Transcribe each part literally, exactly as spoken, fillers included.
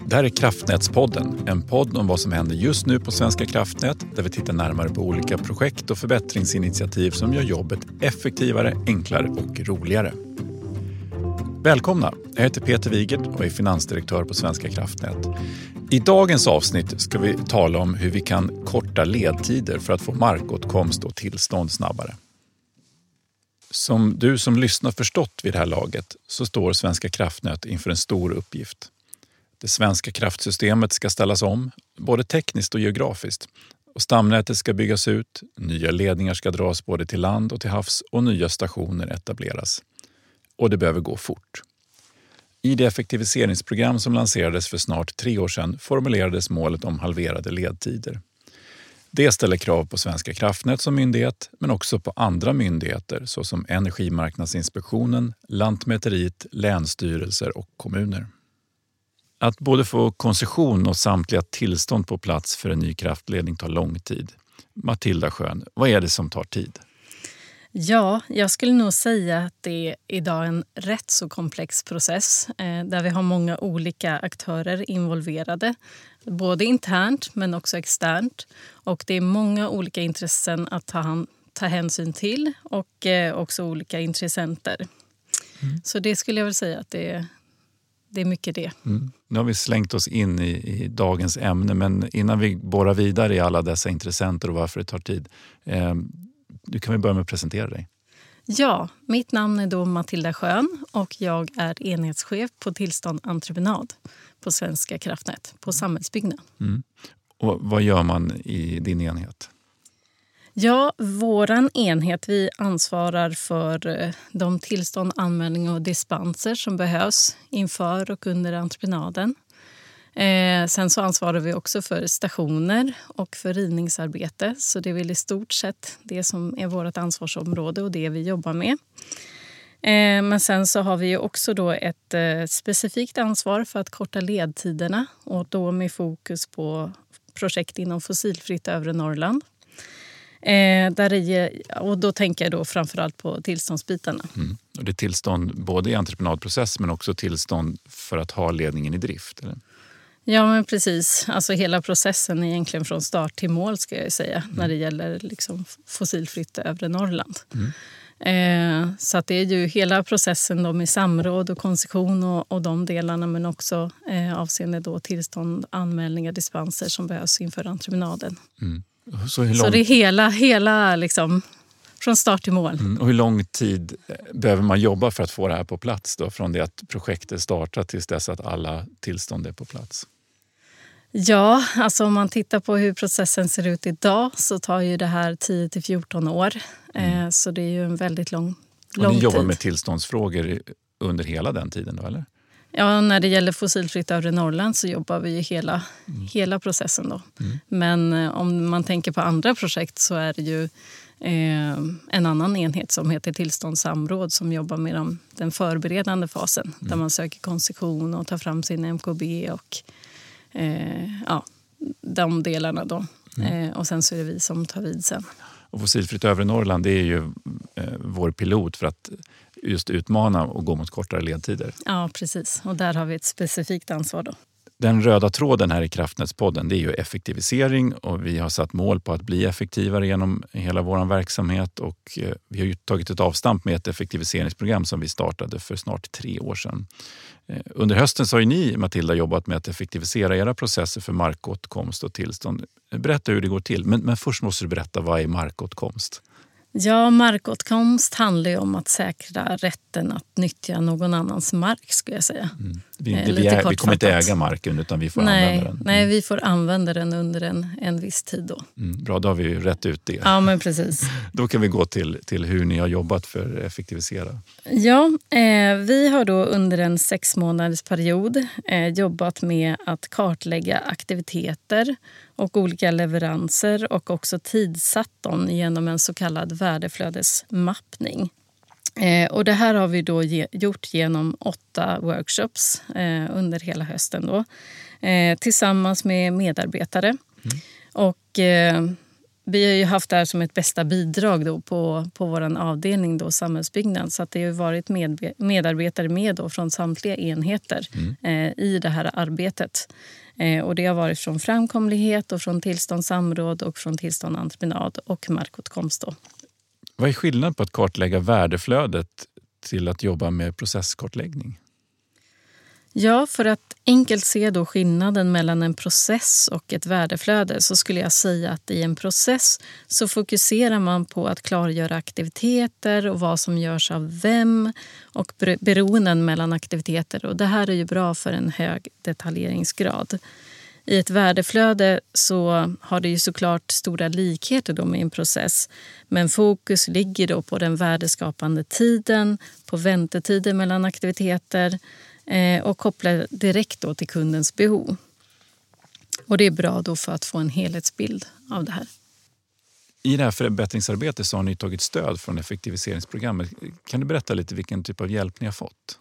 Det här är Kraftnätspodden, en podd om vad som händer just nu på Svenska kraftnät där vi tittar närmare på olika projekt och förbättringsinitiativ som gör jobbet effektivare, enklare och roligare. Välkomna, jag heter Peter Wigert och är finansdirektör på Svenska kraftnät. I dagens avsnitt ska vi tala om hur vi kan korta ledtider för att få markåtkomst och tillstånd snabbare. Som du som lyssnar förstått vid det här laget så står Svenska kraftnät inför en stor uppgift. Det svenska kraftsystemet ska ställas om, både tekniskt och geografiskt. Och stamnätet ska byggas ut, nya ledningar ska dras både till land och till havs och nya stationer etableras. Och det behöver gå fort. I det effektiviseringsprogram som lanserades för snart tre år sedan formulerades målet om halverade ledtider. Det ställer krav på Svenska kraftnät som myndighet men också på andra myndigheter såsom Energimarknadsinspektionen, Lantmäteriet, länsstyrelser och kommuner. Att både få koncession och samtliga tillstånd på plats för en ny kraftledning tar lång tid. Matilda Schön, vad är det som tar tid? Ja, jag skulle nog säga att det är idag en rätt så komplex process eh, där vi har många olika aktörer involverade. Både internt men också externt. Och det är många olika intressen att ta, hand, ta hänsyn till och eh, också olika intressenter. Mm. Så det skulle jag väl säga att det är, det är mycket det. Mm. Nu har vi slängt oss in i, i dagens ämne men innan vi borrar vidare i alla dessa intressenter och varför det tar tid. Eh, Du kan vi börja med att presentera dig. Ja, mitt namn är då Matilda Schön och jag är enhetschef på tillstånd entreprenad på Svenska kraftnät på samhällsbyggnad. Mm. Och vad gör man i din enhet? Ja, våran enhet vi ansvarar för de tillstånd, anmälningar och dispenser som behövs inför och under entreprenaden. Eh, sen så ansvarar vi också för stationer och för rivningsarbete. Så det är väl i stort sett det som är vårt ansvarsområde och det vi jobbar med. Eh, men sen så har vi ju också då ett eh, specifikt ansvar för att korta ledtiderna. Och då med fokus på projekt inom fossilfritt övre Norrland. Eh, där är, och då tänker jag då framförallt på tillståndsbitarna. Mm. Och det är tillstånd både i entreprenadprocess men också tillstånd för att ha ledningen i drift, eller? Ja, men precis. Alltså hela processen är egentligen från start till mål ska jag säga mm. när det gäller liksom fossilfritt övre Norrland. Mm. Eh, så att det är ju hela processen då med samråd och koncession och, och de delarna men också eh, avseende då tillstånd, anmälningar, dispenser som behövs inför entreprenaden. Mm. Så, hur lång... Så det är hela, hela liksom från start till mål. Mm. Och hur lång tid behöver man jobba för att få det här på plats då? Från det att projektet startar tills dess att alla tillstånd är på plats? Ja, alltså om man tittar på hur processen ser ut idag så tar ju det här tio till fjorton år. Mm. Eh, så det är ju en väldigt lång, lång tid. Och ni jobbar med tillståndsfrågor under hela den tiden då, eller? Ja, när det gäller fossilfritt övre Norrland så jobbar vi ju hela, mm. hela processen då. Mm. Men eh, om man tänker på andra projekt så är det ju eh, en annan enhet som heter tillståndssamråd som jobbar med de, den förberedande fasen. Mm. Där man söker koncession och tar fram sin M K B och Eh, ja, de delarna då. Mm. Eh, och sen så är det vi som tar vid sen. Och fossilfritt övre Norrland det är ju eh, vår pilot för att just utmana och gå mot kortare ledtider. Ja, precis. Och där har vi ett specifikt ansvar då. Den röda tråden här i Kraftnätspodden det är ju effektivisering och vi har satt mål på att bli effektivare genom hela vår verksamhet och eh, vi har ju tagit ett avstamp med ett effektiviseringsprogram som vi startade för snart tre år sedan. Eh, under hösten så har ju ni, Matilda, jobbat med att effektivisera era processer för markåtkomst och tillstånd. Berätta hur det går till, men, men först måste du berätta vad är markåtkomst? Ja, markåtkomst handlar ju om att säkra rätten att nyttja någon annans mark, skulle jag säga. Mm. Vi, det, vi, är, vi kommer inte äga marken utan vi får nej, använda den. Mm. Nej, vi får använda den under en, en viss tid då. Mm, bra, då har vi ju rätt ut det. Ja, men precis. Då kan vi gå till, till hur ni har jobbat för att effektivisera. Ja, eh, vi har då under en sex månaders period eh, jobbat med att kartlägga aktiviteter och olika leveranser och också tidsatt dem genom en så kallad värdeflödesmappning. Eh, och det här har vi då ge, gjort genom åtta workshops eh, under hela hösten då, eh, tillsammans med medarbetare. Mm. Och eh, vi har ju haft det här som ett bästa bidrag då på, på vår avdelning då, samhällsbyggnad. Så att det har varit med, medarbetare med då från samtliga enheter mm. eh, i det här arbetet. Eh, och det har varit från framkomlighet och från tillståndssamråd och från tillståndsentreprenad och markåtkomst då. Vad är skillnaden på att kartlägga värdeflödet till att jobba med processkartläggning? Ja, för att enkelt se då skillnaden mellan en process och ett värdeflöde så skulle jag säga att i en process så fokuserar man på att klargöra aktiviteter och vad som görs av vem och beroenden mellan aktiviteter. Och det här är ju bra för en hög detaljeringsgrad. I ett värdeflöde så har det ju såklart stora likheter då med en process. Men fokus ligger då på den värdeskapande tiden, på väntetiden mellan aktiviteter och kopplar direkt då till kundens behov. Och det är bra då för att få en helhetsbild av det här. I det här förbättringsarbetet så har ni tagit stöd från effektiviseringsprogrammet. Kan du berätta lite vilken typ av hjälp ni har fått?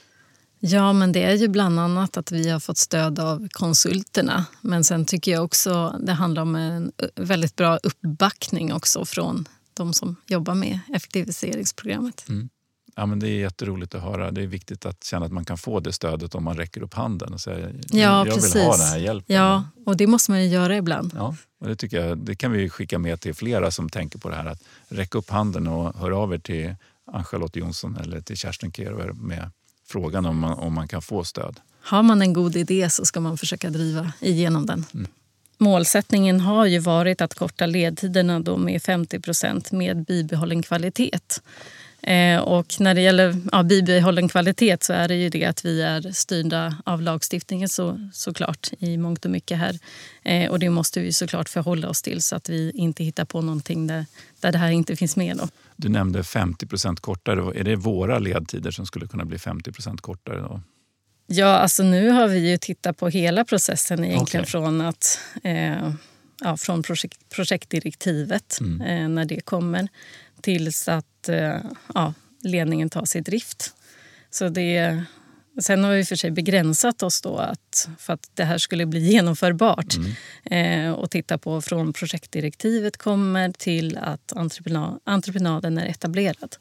Ja, men det är ju bland annat att vi har fått stöd av konsulterna. Men sen tycker jag också det handlar om en väldigt bra uppbackning också från de som jobbar med effektiviseringsprogrammet. Mm. Ja, men det är jätteroligt att höra. Det är viktigt att känna att man kan få det stödet om man räcker upp handen och säger ja, jag precis. vill ha den här hjälpen. Ja, och det måste man ju göra ibland. Ja, och det tycker jag, det kan vi skicka med till flera som tänker på det här. Att räcka upp handen och höra av er till Ann-Charlotte Jonsson eller till Kerstin Kero med frågan om man, om man kan få stöd. Har man en god idé så ska man försöka driva igenom den. Mm. Målsättningen har ju varit att korta ledtiderna då med femtio procent med bibehållen kvalitet. Eh, och när det gäller ja, bibehållen kvalitet så är det ju det att vi är styrda av lagstiftningen så, såklart i mångt och mycket här. Eh, och det måste vi såklart förhålla oss till så att vi inte hittar på någonting där, där det här inte finns med då. Du nämnde femtio procent kortare. Är det våra ledtider som skulle kunna bli femtio procent kortare då? Ja, alltså nu har vi ju tittat på hela processen egentligen okay. från att eh, ja, från projekt, projektdirektivet mm. eh, när det kommer tills att eh, ja, ledningen tas i drift. Så det, sen har vi för sig begränsat oss då att, för att det här skulle bli genomförbart mm. eh, och titta på från projektdirektivet kommer till att entreprenad, entreprenaden är etablerad.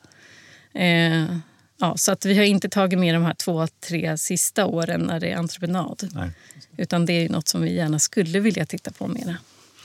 Eh, Ja, så att vi har inte tagit med de här två, tre sista åren när det är entreprenad. Nej. Utan det är något som vi gärna skulle vilja titta på mer.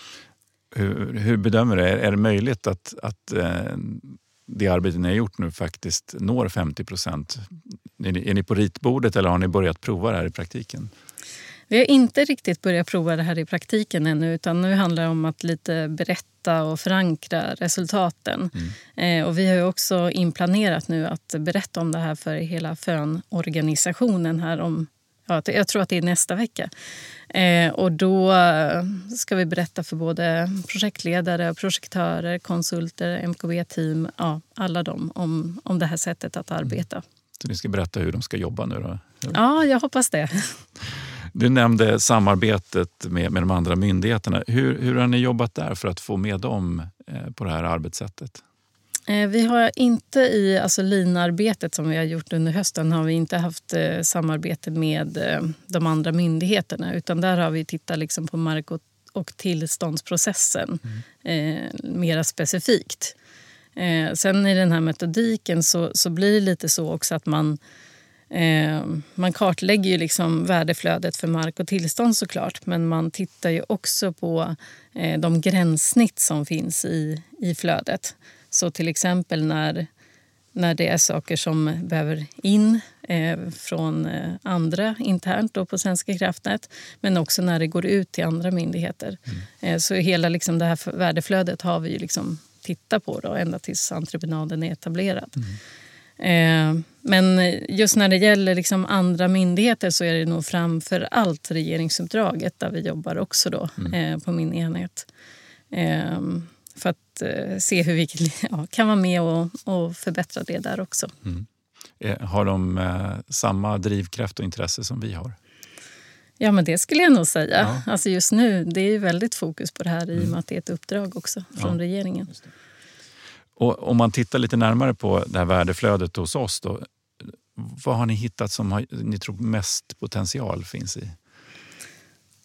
Hur, hur bedömer du? Är, är det möjligt att, att eh, det arbete ni har gjort nu faktiskt når femtio procent? Är ni, är ni på ritbordet eller har ni börjat prova det här i praktiken? Vi har inte riktigt börjat prova det här i praktiken ännu utan nu handlar det om att lite berätta och förankra resultaten. Mm. Eh, och vi har ju också inplanerat nu att berätta om det här för hela F Ö N-organisationen här om, ja, jag tror att det är nästa vecka. Eh, och då ska vi berätta för både projektledare, projektörer, konsulter, M K B-team, ja, alla dem om, om det här sättet att arbeta. Mm. Så ni ska berätta hur de ska jobba nu då? Ja, jag hoppas det. Du nämnde samarbetet med, med de andra myndigheterna. Hur, hur har ni jobbat där för att få med dem eh, på det här arbetssättet? Eh, vi har inte i alltså, linarbetet som vi har gjort under hösten har vi inte haft eh, samarbete med eh, de andra myndigheterna utan där har vi tittat liksom, på mark- och, och tillståndsprocessen mm. eh, mera specifikt. Eh, sen i den här metodiken så, så blir det lite så också att man Eh, man kartlägger ju liksom värdeflödet för mark och tillstånd såklart men man tittar ju också på eh, de gränssnitt som finns i, i flödet. Så till exempel när, när det är saker som behöver in eh, från eh, andra internt då på Svenska kraftnät men också när det går ut till andra myndigheter. Mm. Eh, så hela liksom det här värdeflödet har vi ju liksom tittat på då, ända tills entreprenaden är etablerad. Mm. Eh, men just när det gäller liksom andra myndigheter så är det nog framför allt regeringsuppdraget där vi jobbar också då, mm. eh, på min enhet. Eh, för att eh, se hur vi ja, kan vara med och, och förbättra det där också. Mm. Eh, har de eh, samma drivkraft och intresse som vi har? Ja, men det skulle jag nog säga. Ja. Alltså just nu, det är ju väldigt fokus på det här mm. i och med att det är ett uppdrag också från ja. regeringen. Just det. Och om man tittar lite närmare på det här värdeflödet hos oss då, vad har ni hittat som har, ni tror mest potential finns i?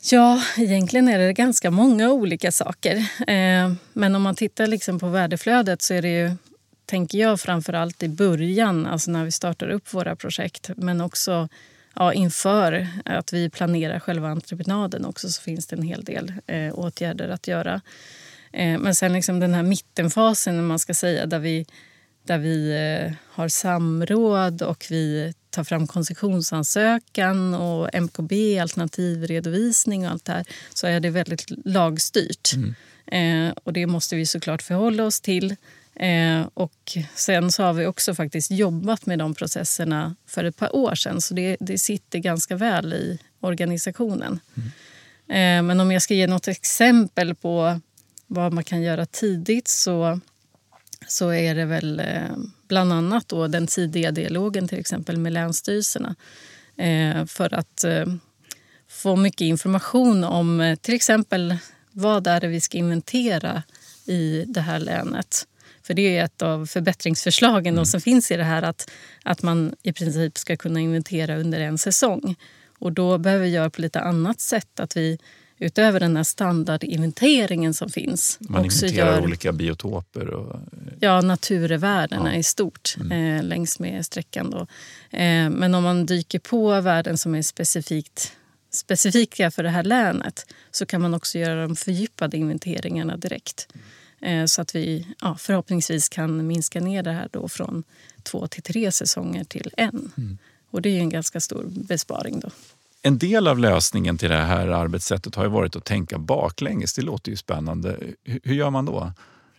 Ja, egentligen är det ganska många olika saker. Eh, men om man tittar liksom på värdeflödet så är det ju, tänker jag, framförallt i början, alltså när vi startar upp våra projekt, men också ja, inför att vi planerar själva entreprenaden också, så finns det en hel del eh, åtgärder att göra. Eh, men sen liksom den här mittenfasen, man ska säga, där vi, där vi eh, har samråd och vi tar fram koncessionsansökan och M K B, alternativredovisning och allt det här, så är det väldigt lagstyrt. Mm. Eh, och det måste vi såklart förhålla oss till. Eh, och sen så har vi också faktiskt jobbat med de processerna för ett par år sedan, så det, det sitter ganska väl i organisationen. Mm. Eh, men om jag ska ge något exempel på vad man kan göra tidigt, så, så är det väl eh, bland annat då den tidiga dialogen till exempel med länsstyrelserna. Eh, för att eh, få mycket information om eh, till exempel vad är det vi ska inventera i det här länet. För det är ett av förbättringsförslagen mm. som finns i det här, att, att man i princip ska kunna inventera under en säsong. Och då behöver vi göra på lite annat sätt, att vi utöver den här standardinventeringen som finns. Man också inventerar gör, olika biotoper. Och, ja, naturvärdena ja. i stort mm. eh, längs med sträckan. Då. Eh, men om man dyker på värden som är specifikt, specifika för det här länet, så kan man också göra de fördjupade inventeringarna direkt. Eh, så att vi ja, förhoppningsvis kan minska ner det här då från två till tre säsonger till en. Mm. Och det är ju en ganska stor besparing då. En del av lösningen till det här arbetssättet har ju varit att tänka baklänges. Det låter ju spännande. Hur gör man då?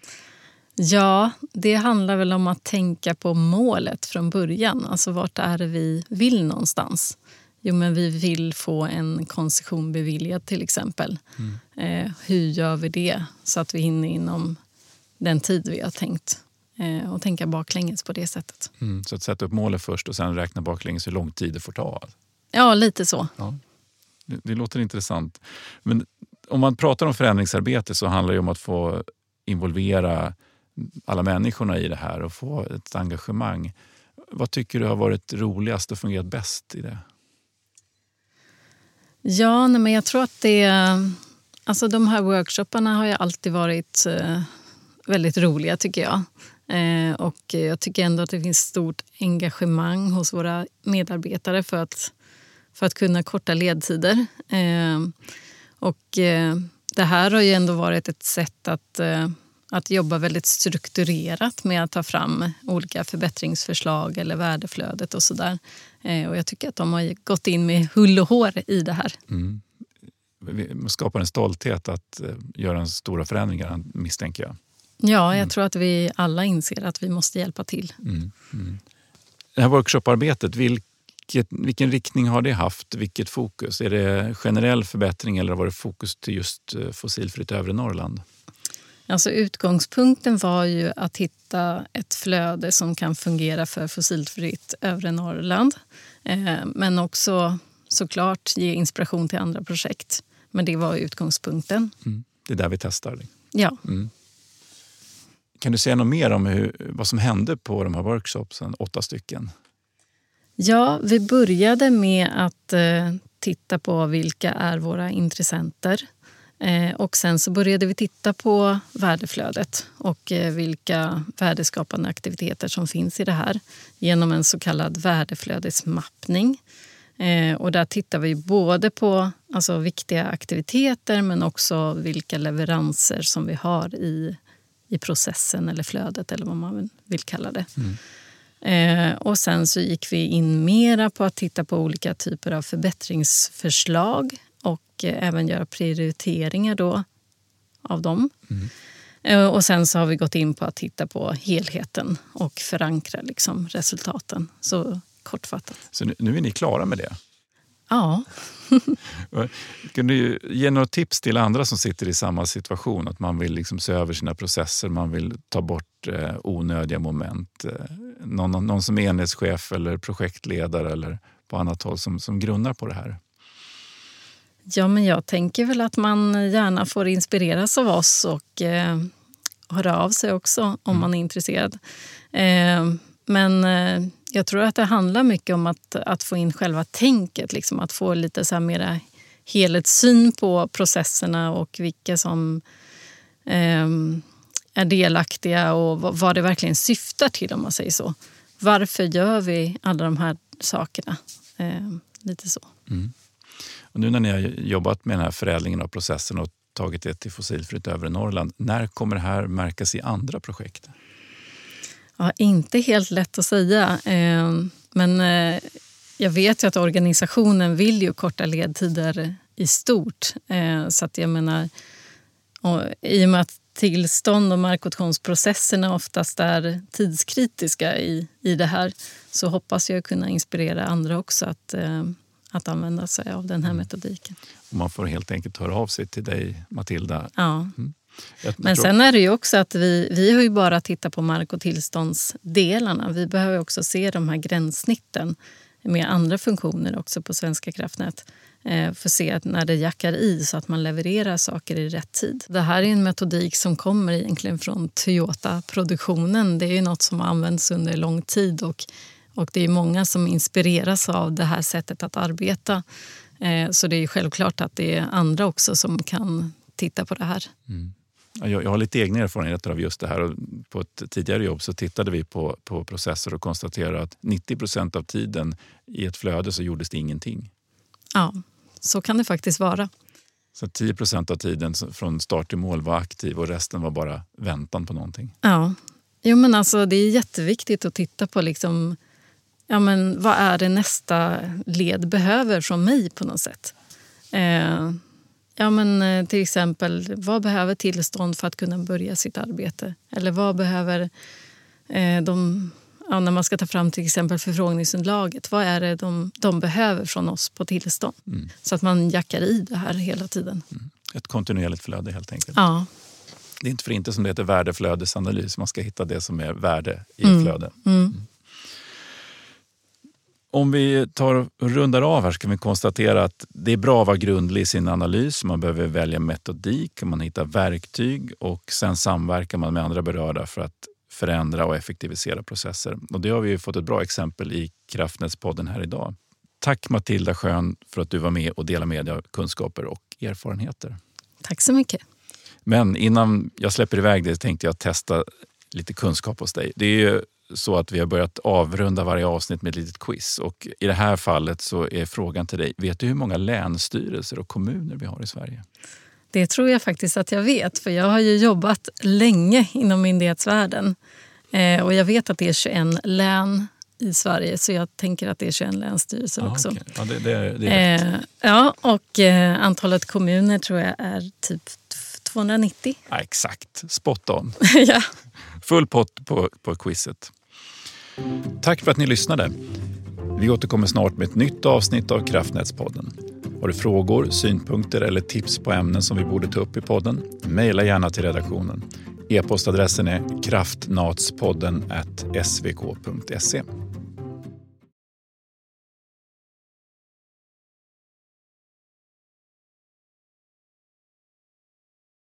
Ja, det handlar väl om att tänka på målet från början. Alltså vart är det vi vill någonstans? Jo, men vi vill få en koncession beviljad till exempel. Mm. Eh, hur gör vi det så att vi hinner inom den tid vi har tänkt? Eh, och tänka baklänges på det sättet. Mm, så att sätta upp målet först och sen räkna baklänges hur lång tid det får ta? Ja, lite så. Ja, det, det låter intressant. Men om man pratar om förändringsarbete så handlar det om att få involvera alla människorna i det här och få ett engagemang. Vad tycker du har varit roligast och fungerat bäst i det? Ja, nej, men jag tror att det... Alltså de här workshopparna har ju alltid varit eh, väldigt roliga tycker jag. Eh, och jag tycker ändå att det finns stort engagemang hos våra medarbetare för att för att kunna korta ledtider. Eh, och eh, det här har ju ändå varit ett sätt att, eh, att jobba väldigt strukturerat med att ta fram olika förbättringsförslag eller värdeflödet och sådär. Eh, och jag tycker att de har gått in med hull och hår i det här. Mm. Det skapar en stolthet att eh, göra en stora förändringar, misstänker jag. Ja, jag mm. tror att vi alla inser att vi måste hjälpa till. Mm. Mm. Det här workshoparbetet, vilka Vilken riktning har det haft? Vilket fokus? Är det generell förbättring eller var det fokus till just fossilfritt övre Norrland? Alltså utgångspunkten var ju att hitta ett flöde som kan fungera för fossilfritt övre Norrland. Eh, men också såklart ge inspiration till andra projekt. Men det var utgångspunkten. Mm. Det är där vi testar. Ja. Mm. Kan du säga något mer om hur, vad som hände på de här workshopsen, åtta stycken? Ja, vi började med att eh, titta på vilka är våra intressenter. Eh, och sen så började vi titta på värdeflödet och eh, vilka värdeskapande aktiviteter som finns i det här genom en så kallad värdeflödesmappning. Eh, och där tittar vi både på alltså, viktiga aktiviteter men också vilka leveranser som vi har i, i processen eller flödet eller vad man vill kalla det. Mm. Eh, och sen så gick vi in mera på att titta på olika typer av förbättringsförslag och eh, även göra prioriteringar då av dem. Mm. Eh, och sen så har vi gått in på att titta på helheten och förankra liksom, resultaten. Så kortfattat. Så nu, nu är ni klara med det? Ja. Kan du ge några tips till andra som sitter i samma situation? Att man vill liksom se över sina processer, man vill ta bort eh, onödiga moment. Eh, någon, någon som är enhetschef eller projektledare eller på annat håll som, som grunnar på det här? Ja, men jag tänker väl att man gärna får inspireras av oss och eh, höra av sig också om mm. man är intresserad. Eh, men eh, jag tror att det handlar mycket om att, att få in själva tänket, liksom, att få lite så här mera helhetssyn på processerna och vilka som eh, är delaktiga och vad, vad det verkligen syftar till, om man säger så. Varför gör vi alla de här sakerna? Eh, lite så. Mm. Och nu när ni har jobbat med den här förädlingen av processen och tagit det till fossilfritt övre Norrland, när kommer det här märkas i andra projekt? Ja, inte helt lätt att säga. Eh, men eh, jag vet ju att organisationen vill ju korta ledtider i stort. Eh, så att jag menar, och, i och med att tillstånd och markåtkomstprocesserna oftast är tidskritiska i, i det här, så hoppas jag kunna inspirera andra också att, eh, att använda sig av den här mm. metodiken. Och man får helt enkelt höra av sig till dig, Matilda. Ja. Mm. Men sen är det ju också att vi, vi har ju bara tittat på mark- och tillståndsdelarna. Vi behöver också se de här gränssnitten med andra funktioner också på Svenska kraftnät. För att se att när det jackar i så att man levererar saker i rätt tid. Det här är en metodik som kommer egentligen från Toyota-produktionen. Det är ju något som används under lång tid och, och det är många som inspireras av det här sättet att arbeta. Så det är självklart att det är andra också som kan titta på det här. Mm. Jag, jag har lite egna erfarenheter av just det här. Och på ett tidigare jobb så tittade vi på, på processer och konstaterade att nittio procent av tiden i ett flöde så gjordes det ingenting. Ja, så kan det faktiskt vara. Så tio procent av tiden från start till mål var aktiv och resten var bara väntan på någonting. Ja, jo, men alltså, det är jätteviktigt att titta på liksom, ja, men vad är det nästa led behöver från mig på något sätt. Eh, ja, men till exempel, vad behöver tillstånd för att kunna börja sitt arbete? Eller vad behöver eh, de... Ja, när man ska ta fram till exempel förfrågningsunderlaget, vad är det de, de behöver från oss på tillstånd? Mm. Så att man jackar i det här hela tiden. Mm. Ett kontinuerligt flöde helt enkelt. Ja. Det är inte för inte som det heter värdeflödesanalys. Man ska hitta det som är värde i mm. flöde. Mm. Mm. Om vi tar och rundar av här ska vi konstatera att det är bra att vara grundlig i sin analys. Man behöver välja metodik, man hittar verktyg och sen samverkar man med andra berörda för att förändra och effektivisera processer. Och det har vi ju fått ett bra exempel i Kraftnätspodden här idag. Tack Matilda Schön för att du var med och delade med dig av kunskaper och erfarenheter. Tack så mycket. Men innan jag släpper iväg det tänkte jag testa lite kunskap hos dig. Det är ju så att vi har börjat avrunda varje avsnitt med ett litet quiz. Och i det här fallet så är frågan till dig, vet du hur många länsstyrelser och kommuner vi har i Sverige? Det tror jag faktiskt att jag vet, för jag har ju jobbat länge inom myndighetsvärlden. Eh, och jag vet att det är tjugoett län i Sverige, så jag tänker att det är tjugoett länsstyrelser ah, också. Okay. Ja, det, det, det är rätt. Eh, ja, och eh, antalet kommuner tror jag är typ tvåhundranittio. Ja, exakt, spot on. Ja. Full pott på, på quizet. Tack för att ni lyssnade. Vi återkommer snart med ett nytt avsnitt av Kraftnätspodden. Har du frågor, synpunkter eller tips på ämnen som vi borde ta upp i podden? Maila gärna till redaktionen. E-postadressen är kraftnatspodden at svk punkt se.